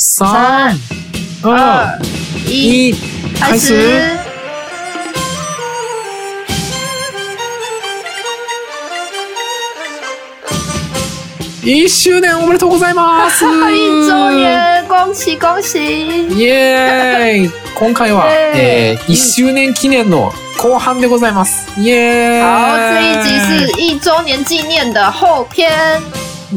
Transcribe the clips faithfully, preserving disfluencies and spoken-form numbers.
三、二、一，开始。一周年おめでとうございます。 一周年，恭喜恭喜！ イエーイ！今回は、えー、一周年記念の後半でございます。イエーイ！ 好，这一集是一周年纪念的后篇。 耶、yeah ！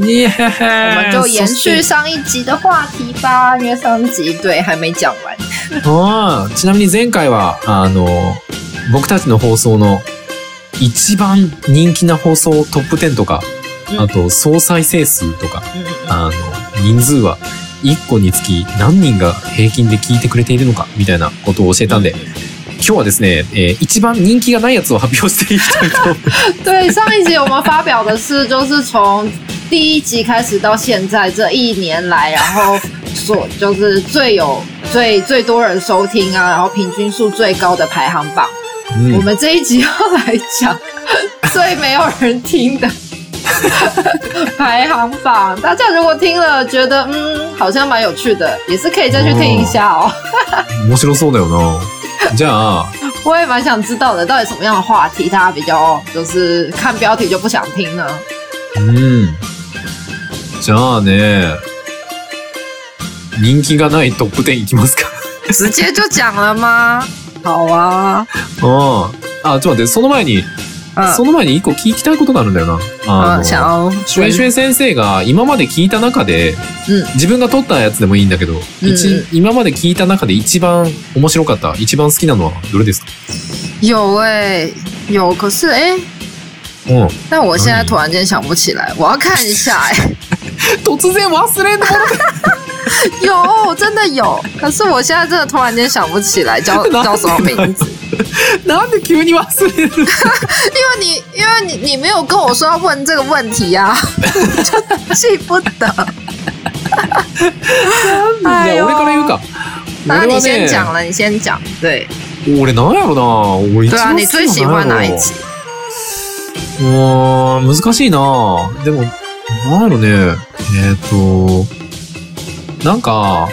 我们就延续上一集的话题吧，因为上一集对还没讲完。 あちなみに前回はあの僕たちの放送の一番人気な放送トップじゅうとか。あと総再生数とか、うん、あの人数はいっこにつき何人が平均で聞いてくれているのかみたいなことを教えたんで、うん、今日はですね、えー、一番人気がないやつを発表していきたいと思います。 对，上一集我们发表的是就是从第一集开始到现在这一年来，然后所就是最有最最多人收听啊，然后平均数最高的排行榜。嗯、我们这一集要来讲最没有人听的。排行榜，大家如果听了觉得嗯好像蛮有趣的，也是可以再去听一下哦。 面白そうだよな。じゃあ， 我也蛮想知道的，到底什么样的话题大家比较就是看标题就不想听呢？ 嗯，じゃあね、人気がないトップじゅういきますか？ 直接就讲了吗？好あ。 ああ、ちょっと待って、その前に。その前に一個聞きたいことがあるんだよな。あの、シュエシュエ先生が今まで聞いた中で、うん、自分が撮ったやつでもいいんだけど、うん、今まで聞いた中で一番面白かった、一番好きなのはどれですか？ 有欸，有，可是欸，嗯，但我现在突然间想不起来，我要看一下欸。 突然忘れんの？ 有，真的有，可是我现在真的突然间想不起来叫叫什么名字。 なんで急に忘れる？因为你因为你你没有跟我说要问这个问题啊，就記不得。 哎呦，俺から言うか。 那你先讲了，你先讲。对。 俺なんやろな？俺一番好きなの。 对啊，你最喜欢哪一集？ うーん、難しいな。でもなんやろね。えっとなんか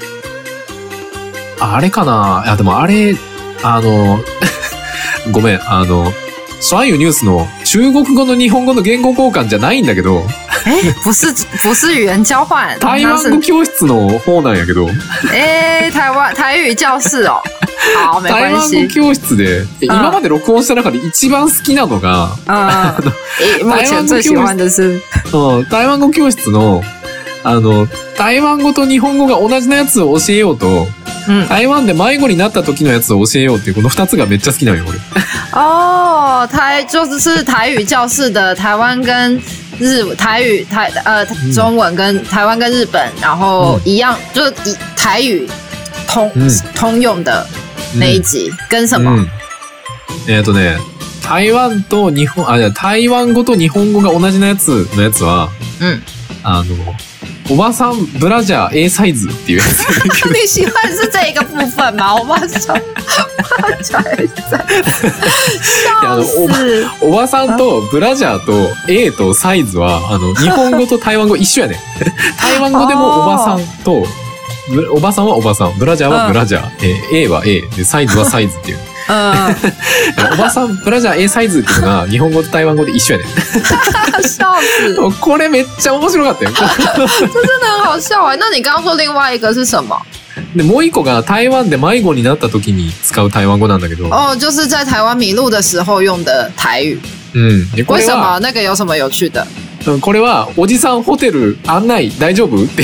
あれかな。いやでもあれ。あの、ごめん、あの、双语ニュースの中国語の日本語の言語交換じゃないんだけど。 え、不是、不是語言交換。 台湾語教室の方なんやけど。 えー、台湾、台語教室哦。好、没台湾語教室で、今まで録音した中で一番好きなのが、 うん、目前最喜欢的是、 うん、台湾語教室の、あの、台湾語と日本語が同じなやつを教えようと、嗯、台湾で迷子になった時のやつを教えようっていうこの二つがめっちゃ好きなのよ俺。 哦，台就是台语教室的台湾跟日台语台呃中文跟台湾跟日本，然后一样、嗯、就是以台语通、嗯、通用的那一集、嗯、跟什么？嗯、 えっとね、台湾と日本あじゃ台湾語と日本語が同じなやつのやつは、うん、あの。おばさんブラジャー A サイズっていうやつ。 你喜欢是这一个部分吗？おばさんブラジャー A サイズ。笑死。 おばさんとブラジャーと A とサイズはあの日本語と台湾語一緒やね。台湾語でもおばさんとおばさんはおばさん、ブラジャーはブラジャー、えー、A は A でサイズはサイズっていう。おばさんブラジャー A サイズっていうのが日本語と台湾語で一緒やねん。 笑死！ これめっちゃ面白かったよ。 这真的很好笑哎！那你刚刚说另外一个是什么？ でもう一個が台湾で迷子になった時に使う台湾語なんだけど。 哦，就是在台湾迷路的时候用的台语。 嗯， 为什么那个有什么有趣的？ これはおじさんホテル案内大丈夫って。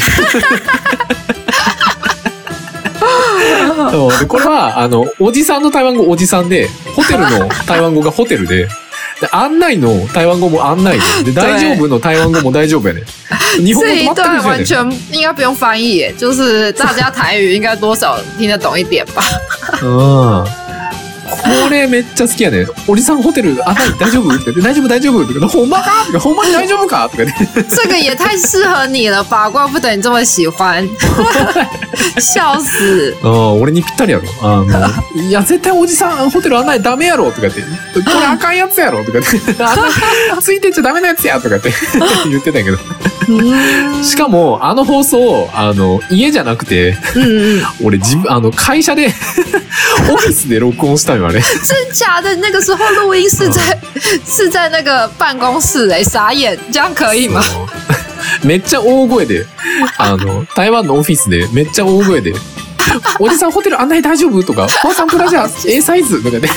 そうでこれはあのおじさんの台湾語おじさんでホテルの台湾語がホテルで、で案内の台湾語も案内で、で大丈夫の台湾語も大丈夫やね。日本語全く一緒やね。 这一段完全应该不用翻译耶，就是大家台语应该多少听得懂一点吧。 うん。 れめっちゃ好きやね。おじさんホテルあない大丈夫って大丈夫大丈夫ってほんまかほんまに大丈夫かとかね。 这个也太适合你了吧，怪不得你这么喜欢。笑死。 ああ、俺にぴったりやろ。あの、いや、絶対おじさんホテル案内ダメやろとか言って、これあかんやつやろとか言って、あのついてっちゃダメなやつやとかって言ってたんやけど。しかも、あの放送、あの、家じゃなくて、 嗯嗯， 俺自分、あの、会社で、オフィスで録音したよ、あれ。 真假的？那个时候录音是在是在那个办公室哎、欸，傻眼，这样可以吗？ めっちゃ大声で、あの、台湾のオフィスでめっちゃ大声で、おじさんホテル案内大丈夫とか、フォーサンプラジャー A サイズとかで。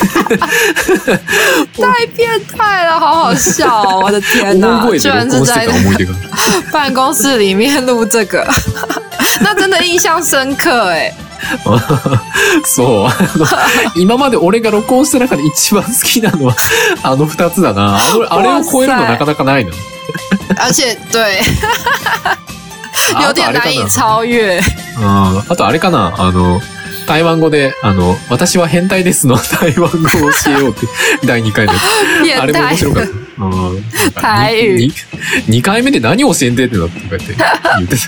太变态了，好好笑哦！我的天哪，居然是在办公室里面录这个，那真的印象深刻哎。 そう。あの、今まで俺が録音した中で一番好きなのは、あの二つだな。あの、あれを超えるのなかなかないの。 而且、对。有点難以超越。 あ, あとあれかな、あの、台湾語で、あの、私は変態ですの台湾語を教えようって、だいにかいで。あれも面白かった。 台語。 にかいめで何を教えんでってなって言って言ってた。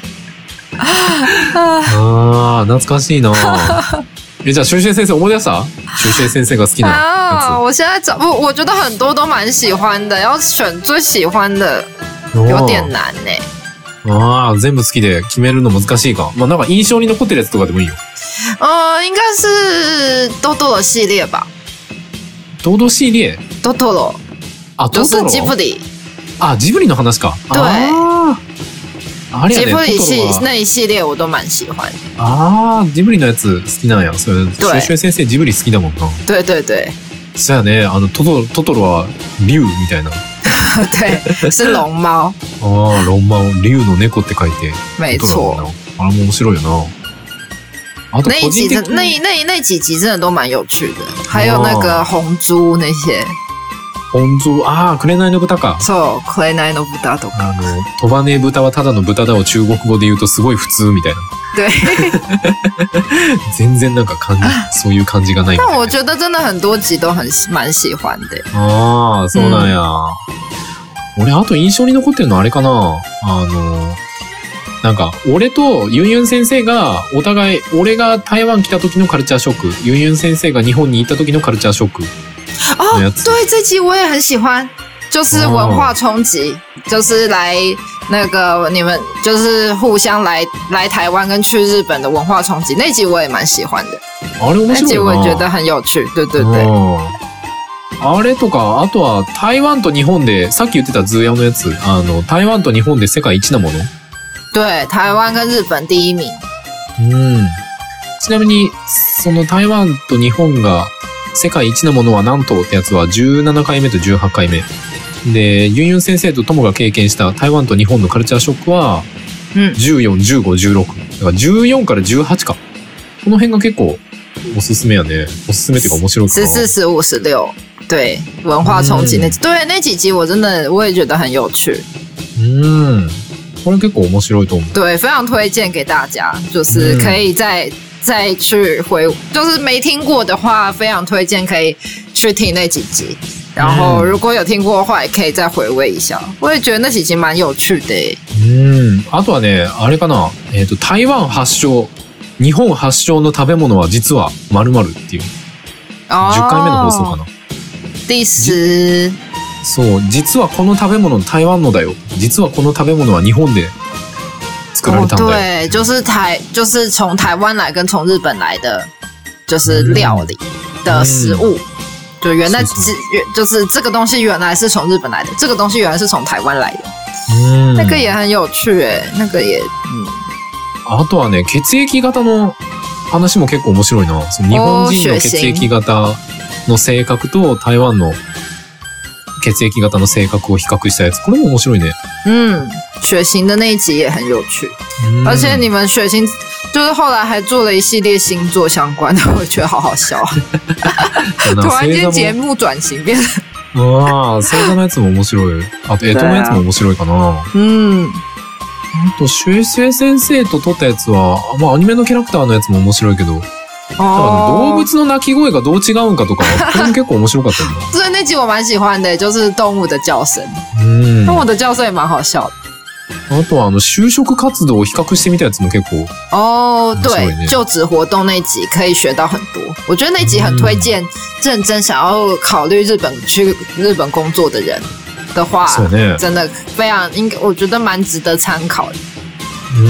ああ、懐かしいな。え、じゃあ、シュウシュウ先生思い出した？シュウシュウ先生が好きなやつ。 啊，我现在找我，我觉得很多都蛮喜欢的，要选最喜欢的有点难呢、欸。 ああ、全部好きで決めるの難しいか。まあなんか印象に残ってるやつとかでもいいよ。 呃，应该是多多罗系列吧。 多多系列？ 多多罗。 あ、トトロ。 就是ジブリ。 あ、ジブリの話か。 对。 あれやね。 ジブリ系那一系列我都蛮喜欢。 ああ、ジブリのやつ好きなんや。それ、シュウシュウ先生ジブリ好きだもんな。 对对对。 そうやね。あのトトロ、トトロは竜みたいな。 对，是龙猫。 ああ、龍貓、竜の猫って書いて。 没错。 あれも面白いよな。あと那一集那那那几集真的都蛮有趣的，还有那个红猪那些。 本当、ああ、紅の豚か。 そう、紅の豚とか。 あの、飛ばねえ豚はただの豚だを中国語で言うとすごい普通みたいな。 对。 全然なんか感じ、そういう感じがない。 但我觉得真的很多集都很蛮喜欢的。 ああ、そうなんや。うん、俺、あと印象に残ってるのあれかな。あの、なんか、俺とユンユン先生が、お互い、俺が台湾来た時のカルチャーショック、ユンユン先生が日本に行った時のカルチャーショック。 哦，对，这集我也很喜欢，就是文化冲击，哦、就是来那个你们就是互相来来台湾跟去日本的文化冲击，那集我也蛮喜欢的。 あれ面白いな。 那集我也觉得很有趣，对对对。 あれとか、あとは台湾と日本で、さっき言ってたズーヤのやつ、あの、台湾と日本で世界一なもの？ 对、台湾跟日本第一名。 うん。ちなみに、その台湾と日本が世界一なものは何とってやつはじゅうななかいめとじゅうはちかいめ。で、ユンユン先生とトモが経験した台湾と日本のカルチャーショックは、じゅうよん、じゅうご、じゅうろく。だからじゅうよんからじゅうはちか。この辺が結構おすすめやね。おすすめっていうか面白いかな。 十四、十五、十六。对，文化冲击那集、嗯、对那几集我真的我也觉得很有趣。 嗯，これ結構面白いと思う。 对，非常推荐给大家，就是可以再、嗯、再去回，就是没听过的话，非常推荐可以去听那几集。然后如果有听过的话，也可以再回味一下。我也觉得那几集蛮有趣的耶。 うん。あとはね、あれかな。えっと台湾発祥、日本発祥の食べ物は実は〇〇っていう。 ああ。 じゅっかいめの放送かな。 第十。 そう、実はこの食べ物台湾のだよ。実はこの食べ物は日本で作られたんだよ。 哦、对，就是台，就是从台湾来跟从日本来的，就是料理的食物。嗯、就原来是就是这个东西原来是从日本来的，这个东西原来是从台湾来的。嗯，那个也很有趣诶，那个也嗯。 あとはね、血液型の話も結構面白いな。その日本人の血液型の性格と台湾の血液型の性格を比較したやつ，これも面白いね。 嗯，血型的那一集也很有趣，嗯、而且你们血型就是后来还做了一系列星座相关的，我觉得好好笑。突然间节目转型变成。 ああ、星座のやつも面白い。あと、干支のやつも面白いかな。 うん。 あと、シュエシュエ先生と撮ったやつは、まあアニメのキャラクターのやつも面白いけど、 哦， 動物の鳴き声がどう違うんかとか、これも結構面白かったよね。 所以那集我蛮喜欢的，就是动物的叫声。 うん。 动物的叫声也蛮好笑的。 あとはあの就職活動を比較してみたやつも結構。 哦，对， 没错就职活动那一集可以学到很多。我觉得那集很推荐，认真想要考虑日本去日本工作的人的话， そうね。 真的非常应该，我觉得蛮值得参考的。 うん。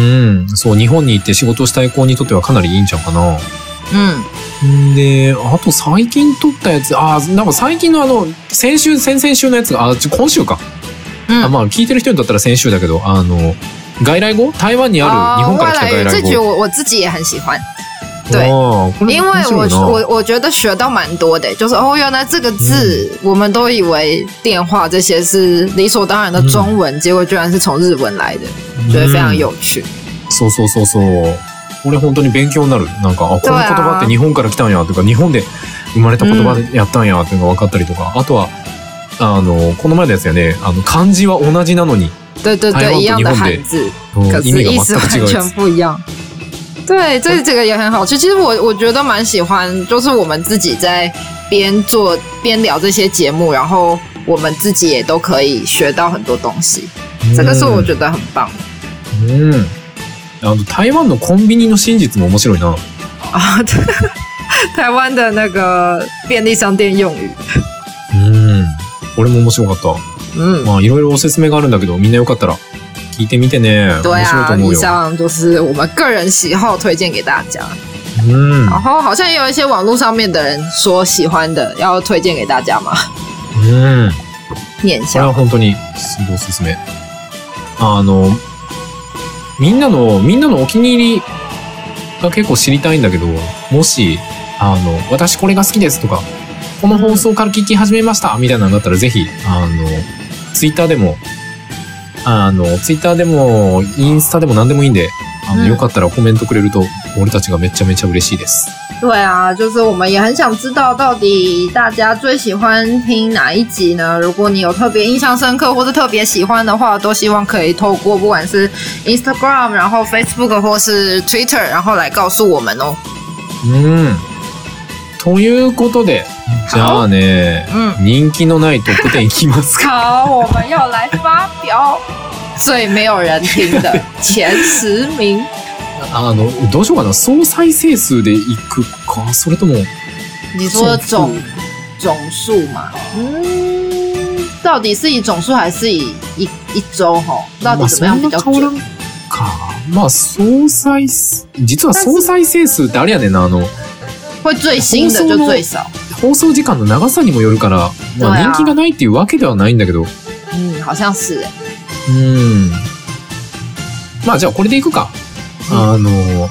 そう、日本に行って仕事したい子にとってはかなりいいんちゃうかな。 うん。 で、あと最近撮ったやつ、あ、なんか最近のあの、先週、先々週のやつが、あ、今週か。 嗯あ、まあ聞いてる人にとったら先週だけど、あの、外来語台湾にある日本から来た外来語。 这局我我自己也很喜欢。对， 哦、これ因为我面白いな我我觉得学到蛮多的，就是哦，原来这个字、我们都以为电话这些是理所当然的中文，结果居然是从日文来的，觉得非常有趣。 そうそうそうそう。これ本当に勉強になる。なんか、あ、この言葉って日本から来たんやとか、日本で生まれた言葉でやったんやっていうのが分かったりとか、あとは、あの、この前のやつやね、あの、漢字は同じなのに、 对对对，一样的汉字，可是意思完全不一样。对，这这个也很好吃。其实我我觉得蛮喜欢，就是我们自己在边做边聊这些节目，然后我们自己也都可以学到很多东西。这个是我觉得很棒。 うん。あの台湾のコンビニの真実も面白いな。 啊，台湾的那个便利商店用语。 うん。これも面白かった。 嗯， まあいろいろおすすめがあるんだけど、みんなよかったら聞いてみてね。 对啊，以面白いと思うよ。 上就是我们个人喜好推荐给大家。 うん。 然后好像也有一些网络上面的人说喜欢的，要推荐给大家嘛。 うん。 念一これは下。 本当におすすめ。あの、みんなの、みんなのお気に入りが結構知りたいんだけど、もし、あの、私これが好きですとか、この放送から聞き始めましたみたいなのだったらぜひ、あの、ツイッターでも、あの、ツイッターでも、インスタでも何でもいいんで、あの、 うんよかったらコメントくれると、俺たちがめちゃめちゃ嬉しいです。 对啊，就是我们也很想知道到底大家最喜欢听哪一集呢？如果你有特别印象深刻或是特别喜欢的话，都希望可以透过不管是 Instagram， 然后 Facebook 或是 Twitter， 然后来告诉我们哦。 うん。ということで、じゃあね、 うん人気のないトップじゅういきますか。 好，我们要来发表最没有人听的前十名。 あの、どうしようかな。総再生数でいくか、それとも、 你说总总数嘛？嗯，到底是以总数还是以一一周哈？到底怎么样比较准？ まあそんな変わらんか。まあ、総再生、実は総再生数ってあれやねんな、あの、 会最新的就最少。 放送時間の長さにもよるから、まあ对啊人気がないっていうわけではないんだけど、 嗯，好像是欸。 うん。まあ、じゃあこれでいくか。あの、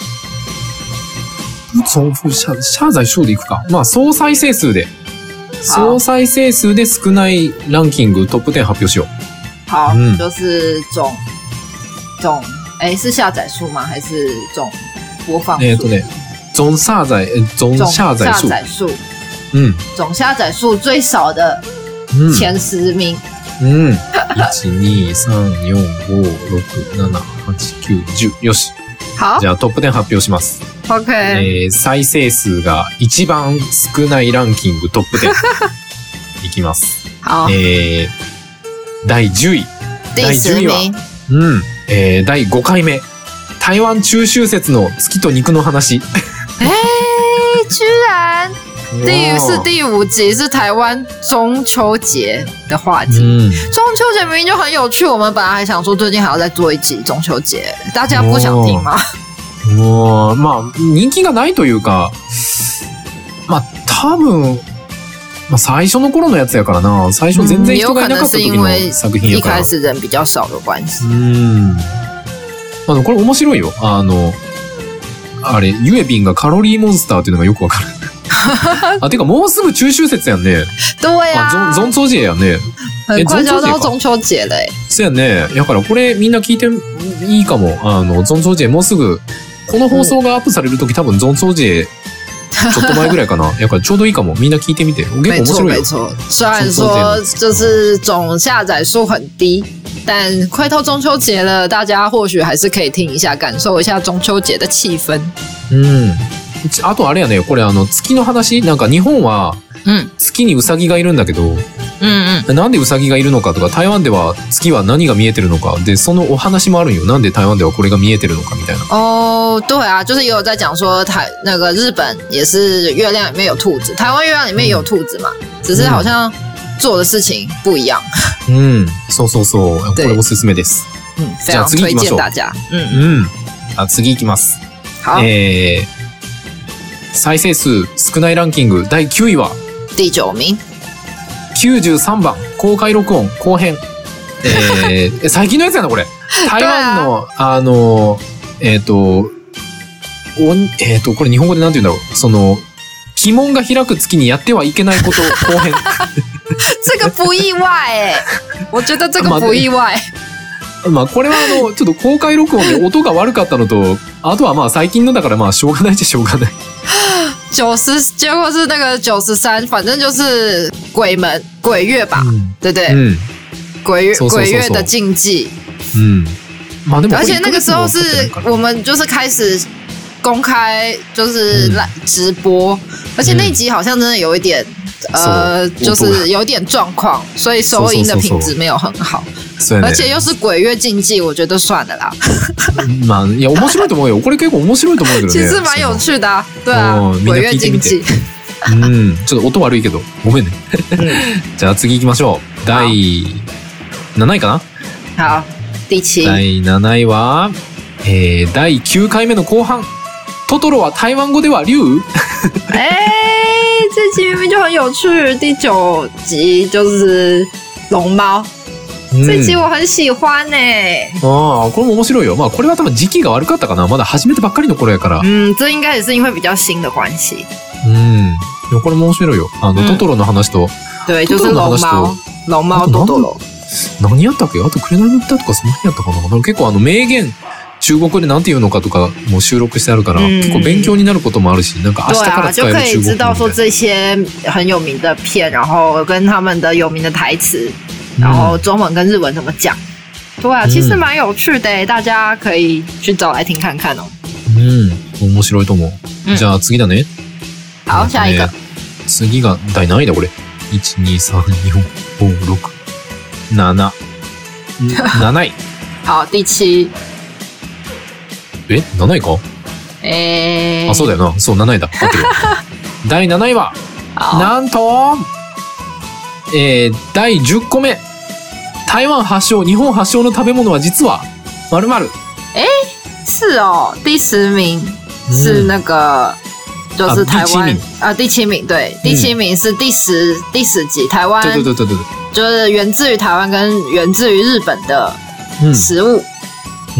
総下下載数でいくか。まあ、総再生数で。総再生数で少ないランキングトップじゅう発表しよう。 好， 嗯就是总总，哎，是下载数吗？还是总播放数？ えっとね、总下載、え总总下載数。 载数， うん。 总下载数最少的うん。 前十名。 うん。いち、に、さん、よん、ご、ろく、なな、はち、きゅう、じゅう。よし。 好じゃあトップじゅう発表します。 ，OK， えー、再生数が一番少ないランキングトップじゅう。いきます。 好， えー、だいじゅうい。 第第十位は十名， うん。えー、だいごかいめ。台湾中秋節の月と肉の話。 哎，居然第是第五集是台湾中秋节的话题。 うん。 中秋节明明就很有趣，我们本来还想说最近还要再做一集中秋节，大家不想听吗？ もう、まあ、人気がないというか、まあ、多分、まあ、最初の頃のやつやからな。最初全然人がいなかった時の作品一やから。 开始人比较少的关系。 うん。あの、これ面白いよ。あの、あれ、ゆえびんがカロリーモンスターっていうのがよくわかる。あ、てかもうすぐ中秋節やんね。 对呀、 あ、ゾン、ゾン節やんね。 很快就要到中秋节了欸。 そうやね。だからこれみんな聞いていいかも。あの、ゾンソジェもうすぐ、この放送がアップされるとき多分ゾンソジェちょっと前ぐらいかな。やからちょうどいいかも。みんな聞いてみて。結構面没错白いよ。 没错，虽然说就是总下载数很低，但快到中秋节了，大家或许还是可以听一下，感受一下中秋节的气氛。 うん。 あとあれやね、これあの月の話、なんか日本は月にウサギがいるんだけど、 うんうん、 なんでウサギがいるのかとか、台湾では月は何が見えてるのかで、そのお話もあるんよ。なんで台湾ではこれが見えてるのかみたいな。 哦，对啊，就是也有在讲说台那个日本也是月亮里面有兔子，台湾月亮里面也有兔子嘛，只是好像做的事情不一样。 うん、そうそうそう。これおすすめです。 嗯，非常推荐大家。嗯嗯，あ次いきます。 好。 えー、再生数少ないランキングだいきゅういは第九名。 きゅうじゅうさんばん公開録音後編。えー、最近のやつやなこれ。台湾のあのえっ、ー、とえっ、ー、とこれ日本語でなんて言うんだろう。その鬼門が開く月にやってはいけないこと後編。 这个不意外哎、欸，我觉得这个不意外。 まあこれはあのちょっと公開録音で音が悪かったのと、あとはまあ最近のだからまあしょうがないっちゃしょうがない。 九十结果是那个九十三，反正就是鬼门鬼月吧，嗯、对不对？嗯，鬼月鬼月的禁忌。 嗯， 而且那个时候是我们就是开始公开就是来直播，嗯、而且那一集好像真的有一点。呃，就是有点状况，所以收音的品质没有很好，而且又是鬼月禁忌，我觉得算了啦。 まあいや面白いと思うよ。これ結構面白いと思うけどね。 其实蛮有趣的啊，对啊，鬼月禁忌。 うん、ちょっと音悪いけどごめんね。じゃあ次行きましょう。だいなないかな。 好、第七。 だいなないは、えー、だいきゅうかいめの後半。トトロは台湾語では竜？ 哎。这集明明就很有趣，第九集就是龙猫，嗯、这集我很喜欢呢、欸。 ああ、これも面白いよ。まあこれは多分時期が悪かったかな。まだ始めてばっかりの頃やから。 嗯，这应该也是因为比较新的关系。 嗯，いやこれも面白いよ。あの、うん、トトロの話と。 对，就是龙猫，龍貓トトロ。 何やったっけ？あと紅の豚とかその辺やったかな。なんか結構あの名言。中国でなんて言うのかとかも収録してあるから、うん、結構勉強になることもあるし、なんか明日から使える中国語みたいな。 就可以知道说这些很有名的片，然后跟他们的有名的台词，然后中文跟日文怎么讲。对啊，其实蛮有趣的、欸，大家可以去找来听看看哦。 うん、面白いと思う。うん、じゃあ次だね。 好、下一个。 次が第何位だこれ？いち、に、さん、よん、ご、ろく、なな、なない。 好，第七。 え、なないか？ えー、 あ、そうだよな。そう、なないだ。合ってる。だいなないは、なんと、えー、だいじゅっこめ。台湾発祥、日本発祥の食べ物は実は、〇〇。 え、是哦。第十名是那个、嗯、就是台湾啊，第七名对，第七名是第十、嗯、第十集台湾， 对对对对对， 就是源自于台湾跟源自于日本的食物。 うん、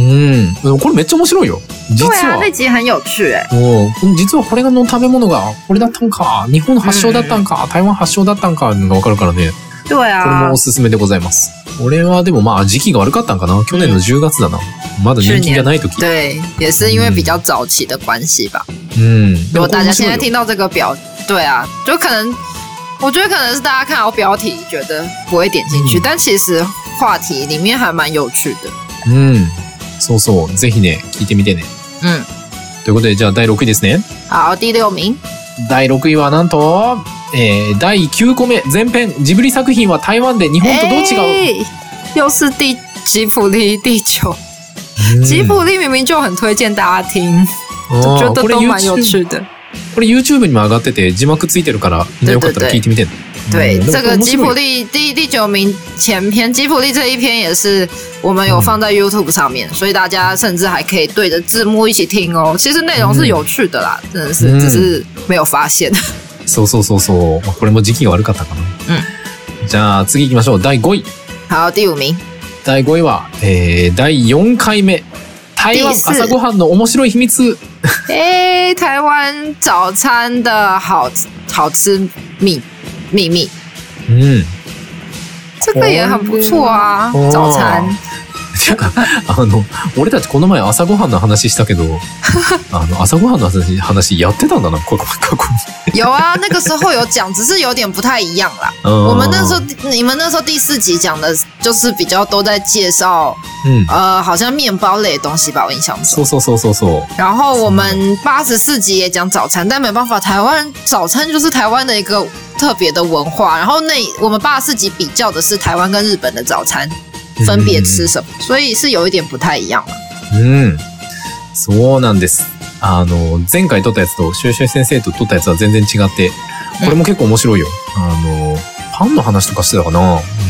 これめっちゃ面白いよ。実は。 对啊，那集很有趣哎。 お、実はこれの食べ物がこれだったんか、日本発祥だったんか、うん、台湾発祥だったんかのがわかるからね。 对啊。 これもおすすめでございます。俺はでもまあ時期が悪かったんかな。去年のじゅうがつだな。うん、まだ人気がない時。 对，也是因为比较早期的关系吧。 嗯。 如果大家现在听到这个表，对啊，就可能，我觉得可能是大家看到標題覺得不會點進去，嗯、但其實話題裡面還蠻有趣的。 うん。そうそう。ぜひね、聞いてみてね。 うん。 ということで、じゃあだいろくいですね。 好、第六名。 だいろくいはなんと、えー、だいきゅうこめ、前編、ジブリ作品は台湾で日本とどう違う？ 又是第吉普力第九。吉普力明明就很推薦大家聽，我覺得都蠻有趣的。 これ YouTube にも上がってて字幕ついてるからみんなよかったら聞いてみてね。 对，这个吉普力第第九名前篇，吉普力这一篇也是我们有放在 YouTube 上面，嗯、所以大家甚至还可以对着字幕一起听哦。其实内容是有趣的啦，嗯、真的是、嗯、只是没有发現。 そうそうそうそう。これも時期が悪かったかな。 うん。 じゃあ次行きましょう。だいごい。 好，第五名。 だいごいは、えー、だいよんかいめ。台湾朝ごはんの面白い秘密。 哎，台湾早餐的好好吃秘秘密。 嗯， 这个也很不错啊，早餐。 ていうか、あの、俺たちこの前朝ごはんの話したけど、あの、朝ごはんの話、話やってたんだな、これ、過去に。 有啊，那个时候有讲，只是有点不太一样啦。我们那时候，你们那时候第四集讲的，就是比较都在介绍，嗯，呃，好像面包类的东西吧，我印象中。 そうそうそうそうそう。 然后我们八十四集也讲早餐，但没办法，台湾早餐就是台湾的一个特别的文化。然后那我们八十四集比较的是台湾跟日本的早餐分别吃什么，所以是有一点不太一样了。 うん、そうなんです。あの前回撮ったやつとシュウシュウ先生と撮ったやつは全然違って、これも結構面白いよ。あのパンの話とかしてたかな。うん、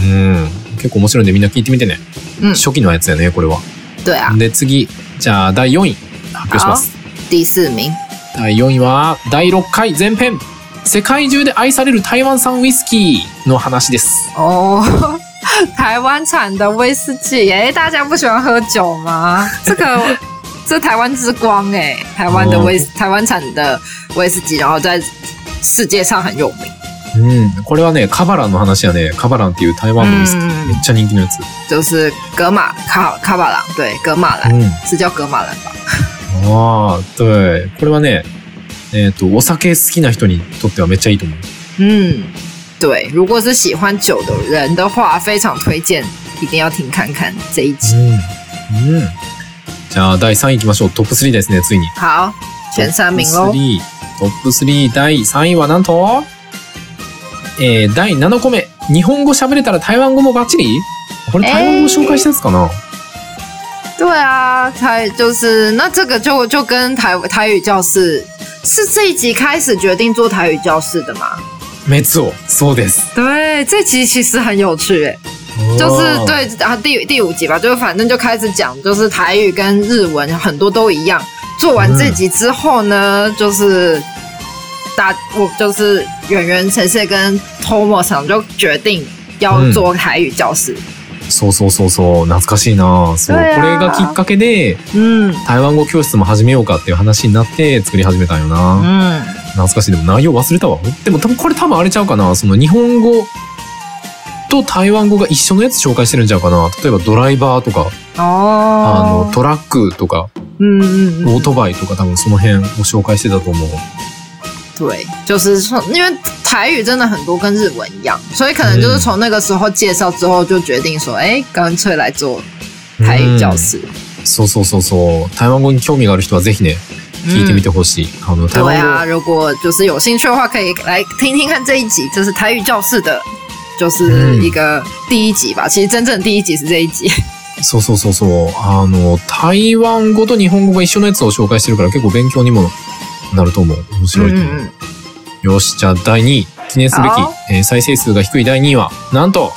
結構面白いんでみんな聞いてみてね。うん、初期のやつやねこれは。 对啊。 で次じゃあだいよんい発表します。 第四名。 だいよんいはだいろっかい前編。世界中で愛される台湾産ウイスキーの話です。 哦，台湾产的威士忌，哎，大家不喜欢喝酒吗？这个。这台湾之光哎、欸，台湾的威、哦、台湾产的威士忌，然后在世界上很有名。 嗯，これはね、カバランの話やね。カバランっていう台湾のウイスキー、めっちゃ人気のやつ。 就是格马卡卡巴朗，对，格马兰、嗯、是叫格马兰吧？ 啊，对，これはね、えっとお酒好きな人にとってはめっちゃいいと思う。 嗯，对，如果是喜欢酒的人的话，非常推荐，一定要听看看这一集。 嗯嗯。じゃあだいさんいいきましょう。トップスリーですね、ついに。 好、前三名喽。 トップスリーだいさんいはなんと、えー、だいななこめ。日本語喋れたら台湾語もバッチリ？これ台湾語紹介したやつかな？ 对啊，台就是那这个就就跟台台语教室是这一集开始决定做台语教室的吗？ 没错，そうです。 对，这集其实很有趣诶。就是对啊，第第五集吧，就反正就开始讲，就是台语跟日文很多都一样。做完这集之后呢，嗯、就是大我就是圆圆、晨晨跟 Tomo さん就決定要做台語教室。 うん、そうそうそうそう、懐かしいな。そう、これがきっかけで、うん、台湾語教室も始めようかっていう話になって作り始めたんよな。うん、懐かしい。でも内容忘れたわ。でも多分これ多分あれちゃうかな。その日本語と台湾語が一緒のやつ紹介してるんちゃうかな。例えばドライバーとか、あのトラックとか、うんうんうん、オートバイとか多分その辺を紹介してたと思う。 对，就是因为台语真的很多跟日文一样，所以可能就是从那个时候介绍之后就决定说，哎、嗯，干脆来做台语教室。嗯、 そうそうそうそう。台湾語に興味がある人はぜひね。聞いてみてほしい。あの台湾語。 对啊，如果就是有兴趣的话，可以来听听看这一集，这是台语教室的。就是一个第一集吧、嗯、其实真正第一集是这一集。 そうそうそうそう。あの台湾語と日本語が一緒のやつを紹介してるから結構勉強にもなると思う。面白いと思う。うんうん、よし、じゃあだいにい記念すべき、えー、再生数が低いだいにいはなんと、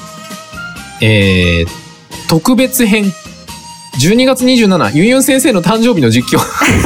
えー、特別編じゅうにがつにじゅうしちにユンユン先生の誕生日の実況。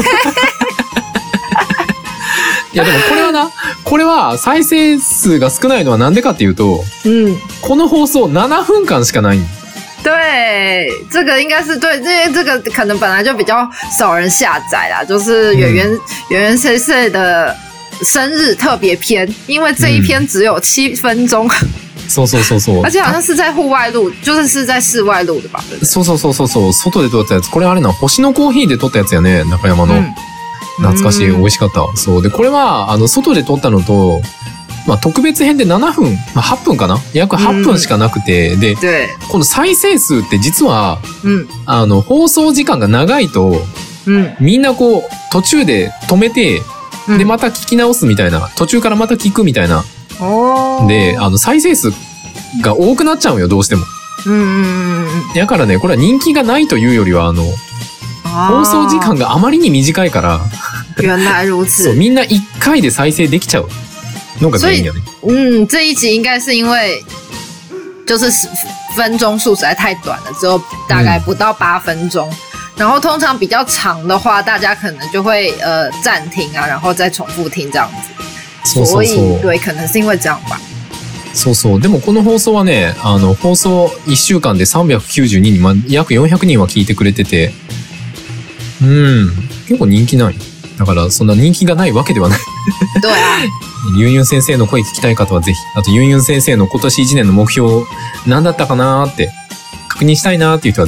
いやでもこれはな、これは再生数が少ないのはなんでかっていうと、うん、この放送ななふんかんしかない。 对，这个应该是对，因为这个可能本来就比较少人下载啦，就是圆圆圆圆先生的生日特别篇，因为这一篇只有七分钟。 そうそうそうそう。 而且好像是在户外录，就是是在室外录的吧？对不对？ そうそうそうそうそう。外で撮ったやつ。これあれな、星のコーヒーで撮ったやつやね、中山の。うん、懐かしい、美味しかった。そうで、これはあの外で撮ったのと、まあ特別編でななふん、まあ、はっぷんかな、約はっぷんしかなくて、うん、で、この再生数って実は、うん、あの放送時間が長いと、うん、みんなこう途中で止めて、うん、でまた聞き直すみたいな、途中からまた聞くみたいな、で、あの再生数が多くなっちゃうよ、どうしても。うん、だからね、これは人気がないというよりはあの。放送時間があまりに短いから原来如此。 みんないっかいで再生できちゃうのが原因やね。 嗯，这一集应该是因为就是分钟数实在太短了，只有大概不到八分钟、嗯。然后通常比较长的话，大家可能就会呃暂停啊，然后再重复听这样子。 そうそうそう。 所以对，可能是因为这样吧。 そうそう。でもこの放送はね、あの放送いっしゅうかんでさんびゃくきゅうじゅうににん、まあ、約よんひゃくにんは聞いてくれてて。うん、結構人気ない。だからそんな人気がないわけではない。 どうや。 ユンユン先生の声聞きたい方はぜひ、あとユンユン先生の今年いちねんの目標何だったかなーって確認したいなーっていう人はぜひ聞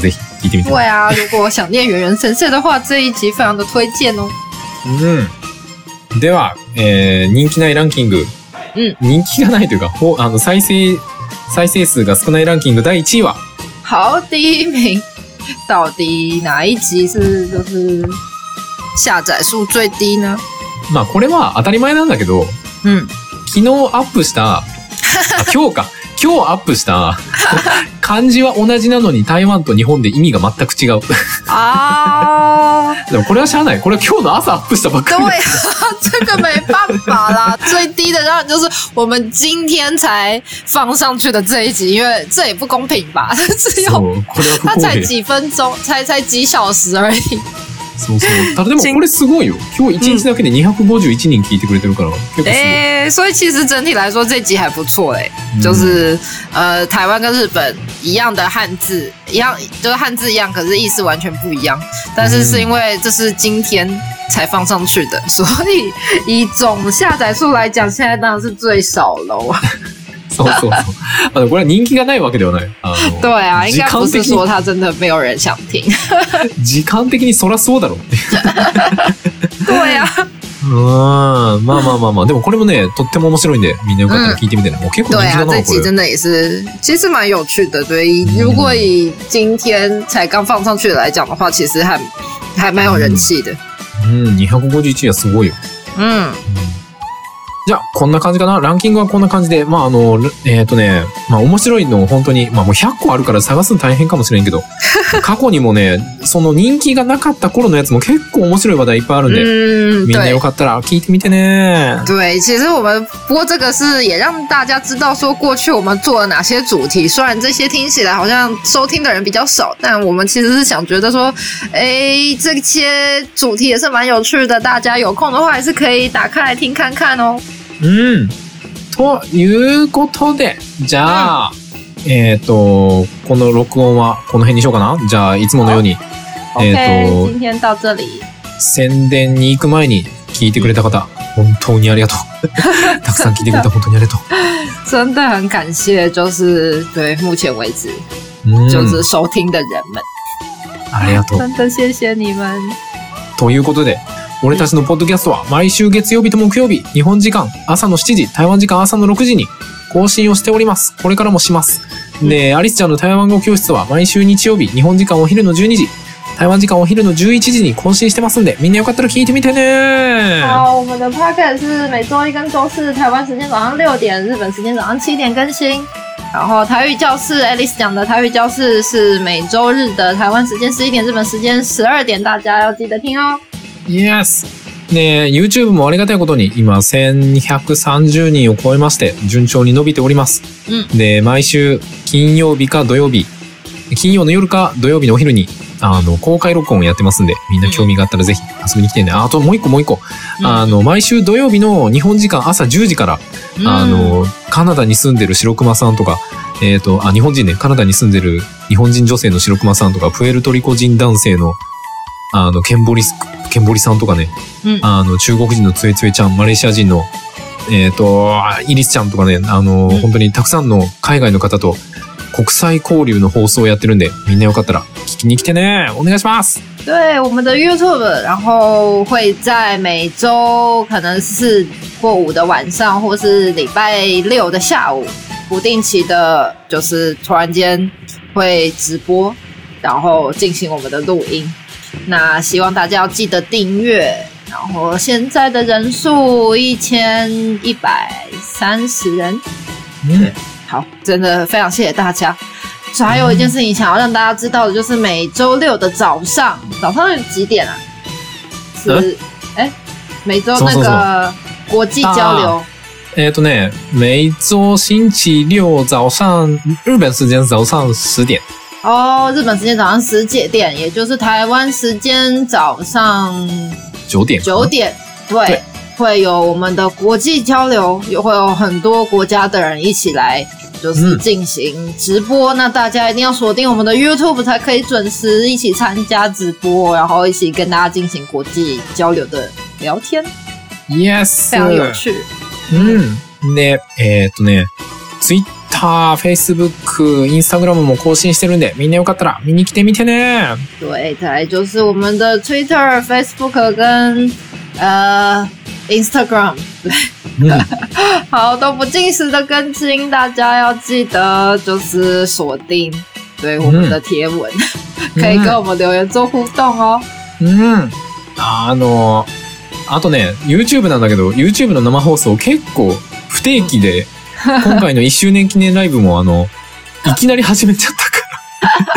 聞いてみて。 对啊，如果想念猿人先生的话，这一集非常的推荐哦。 うん。では、えー、人気ないランキング。 うん。 人気がないというか、ほあの再生再生数が少ないランキング第一位は。 好，第一名，到底哪一集是就是下载数最低呢？ まあこれは当たり前なんだけど、 うん。 昨日アップした、あ今日か。今日アップした漢字は同じなのに台湾と日本で意味が全く違う。 啊， でもこれはしゃあない。これは今日の朝アップしたばっかり。 对啊，这个没办法啦。最低的当然就是我们今天才放上去的这一集，因为这也不公平吧？只有そうこれは不它公平。 才几分钟，才才几小时而已。 そうそう。ただでもこれすごいよ。今日一日だけでにひゃくごじゅういちにん聞いてくれてるから結構すごい。 诶、欸，所以其实整体来说这集还不错诶、欸嗯，就是呃台湾跟日本一样的汉字，一样就是汉字一样，可是意思完全不一样。但是是因为这是今天才放上去的，所以以总下载数来讲，现在当然是最少喽。 そうそうそう。あのこれは人気がないわけではない。あの对啊，应该不是说他真的没有人想听。 時間的にそらそうだろうって。 对啊。 うん、まあまあまあまあ。でもこれもね、とっても面白いんで、みんなよかったら聞いてみてね。もう結構人気だな、これ。 对啊，这集真的也是，其实蛮有趣的。对，如果以今天才刚放上去来讲的话，其实还还蛮有人气的。 うん、にひゃくごじゅういちはすごいよ。 うん。 じゃあ、こんな感じかな。ランキングはこんな感じで、まああの、えっとね、まあ面白いの本当に、まあもうひゃっこあるから探すの大変かもしれんけど、過去にもね、その人気がなかった頃のやつも結構面白い話題いっぱいあるんで、 嗯， みんなよかったら聞いてみてね。 对，其实我们不过这个是也让大家知道说过去我们做了哪些主题，虽然这些听起来好像收听的人比较少，但我们其实是想觉得说，哎，这些主题也是蛮有趣的，大家有空的话还是可以打开来听看看哦。 うん。ということで、じゃあ、うん、えっ、ー、と、この録音はこの辺にしようかな。じゃあ、いつものように、 えっ、ー、と、今天到这里。 宣伝に行く前に聞いてくれた方、本当にありがとう。たくさん聞いてくれた本当にありがとう。 真的很感谢，就是对目前为止、 うん、 就是收听的人们。 ありがとう。 真的谢谢你们。 ということで、俺たちのポッドキャストは毎週月曜日と木曜日、日本時間朝のしちじ、台湾時間朝のろくじに更新をしております。これからもします。で、アリスちゃんの台湾語教室は毎週日曜日、日本時間お昼のじゅうにじ、台湾時間お昼のじゅういちじに更新してますんで、みんなよかったら聞いてみてね。 好，我们的 podcast 是每周一跟周四台湾时间早上六点，日本时间早上七点更新。然后台语教室 Alice 讲的台语教室是每周日的台湾时间十一点，日本时间十二点，大家要记得听哦。 Yes! ね、YouTube もありがたいことに今せんにひゃくさんじゅうにんを超えまして順調に伸びております。うん、で、毎週金曜日か土曜日、金曜の夜か土曜日のお昼にあの公開録音をやってますんで、みんな興味があったらぜひ遊びに来てね。あともう一個もう一個。うん、あの、毎週土曜日の日本時間朝じゅうじから、うん、あの、カナダに住んでる白熊さんとか、えっと、あ、日本人ね、カナダに住んでる日本人女性の白熊さんとか、プエルトリコ人男性のあの、ケンボリス、ケンボリさんとかね、うん、あの、中国人のつえつえちゃん、マレーシア人の、えっと、イリスちゃんとかね、あの、うん、本当にたくさんの海外の方と国際交流の放送をやってるんで、みんなよかったら聞きに来てね。お願いします。 对，我们的 YouTube， 然后会在每周可能四或五的晚上，或是礼拜六的下午，不定期的，就是突然间会直播，然后进行我们的录音。那希望大家要记得订阅，然后现在的人数一千一百三十人，嗯，好，真的非常谢谢大家。还有一件事情想要让大家知道的，就是每周六的早上，早上几点啊？是，哎、欸，每周那个国际交流。 えっとね、每周星期六早上，日本时间早上十点。 哦，日本时间早上十点，也就是台湾时间早上九点。 九点，对，对，会有我们的国际交流，也会有很多国家的人一起来，就是进行直播。嗯、那大家一定要锁定我们的 YouTube， 才可以准时一起参加直播，然後一起跟大家进行国际交流的聊天。 Yes， 非常有趣。 うん。で、えー、っとね、Twitter Twitter、Facebook、Instagram も更新してるんで、みんなよかったら見に来てみてね。 对，再来就是我们的 Twitter、Facebook 跟呃 Instagram， 对，嗯、好都不定时的更新，大家要记得就是锁定对我们的贴文，嗯、可以跟我们留言做互动哦。 うん。あの、あとね、YouTube なんだけど、YouTube の生放送結構不定期で、今回のいっしゅうねん記念ライブもあの、いきなり始めちゃったから。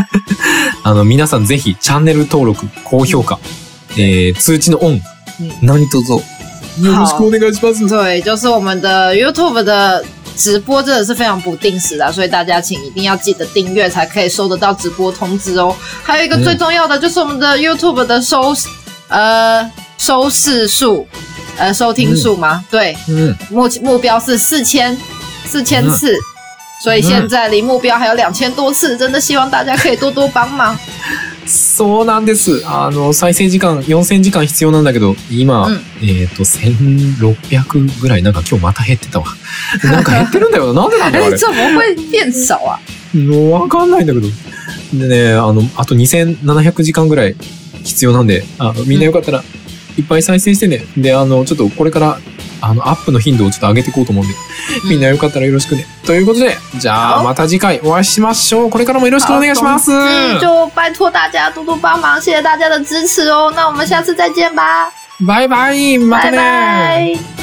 あの、皆さんぜひチャンネル登録、高評価、えー、通知のオン、何卒よろしくお願いします。 对，就是我们的 YouTube 的直播真的是非常不定时的，所以大家请一定要记得订阅，才可以收得到直播通知哦。还有一个最重要的就是我们的 YouTube 的收呃收视数，呃收听数嘛，嗯、对，嗯，目目標是四千四千次。嗯所以現在離目標還有兩千多次，真的希望大家可以多多幫忙。 そうなんです。あの、再生時間よんせんじかん必要なんだけど、今、うん、えっと、せんろっぴゃくぐらい、なんか今日また減ってたわ。なんか減ってるんだよな。なんでなんだろうあれ。 怎么会變少啊？ わかんないんだけど。でね、あの、あとにせんななひゃくじかんぐらい必要なんで、あのみんなよかったら、いっぱい再生してね。で、あの、ちょっとこれから、あの、アップの頻度をちょっと上げていこうと思うんで、みんなよかったらよろしくね。ということで、じゃあまた次回お会いしましょう。これからもよろしくお願いします。 就拜托大家多多帮忙，谢谢大家的支持哦。那我们下次再见吧。 バイバイ。またね。 拜拜。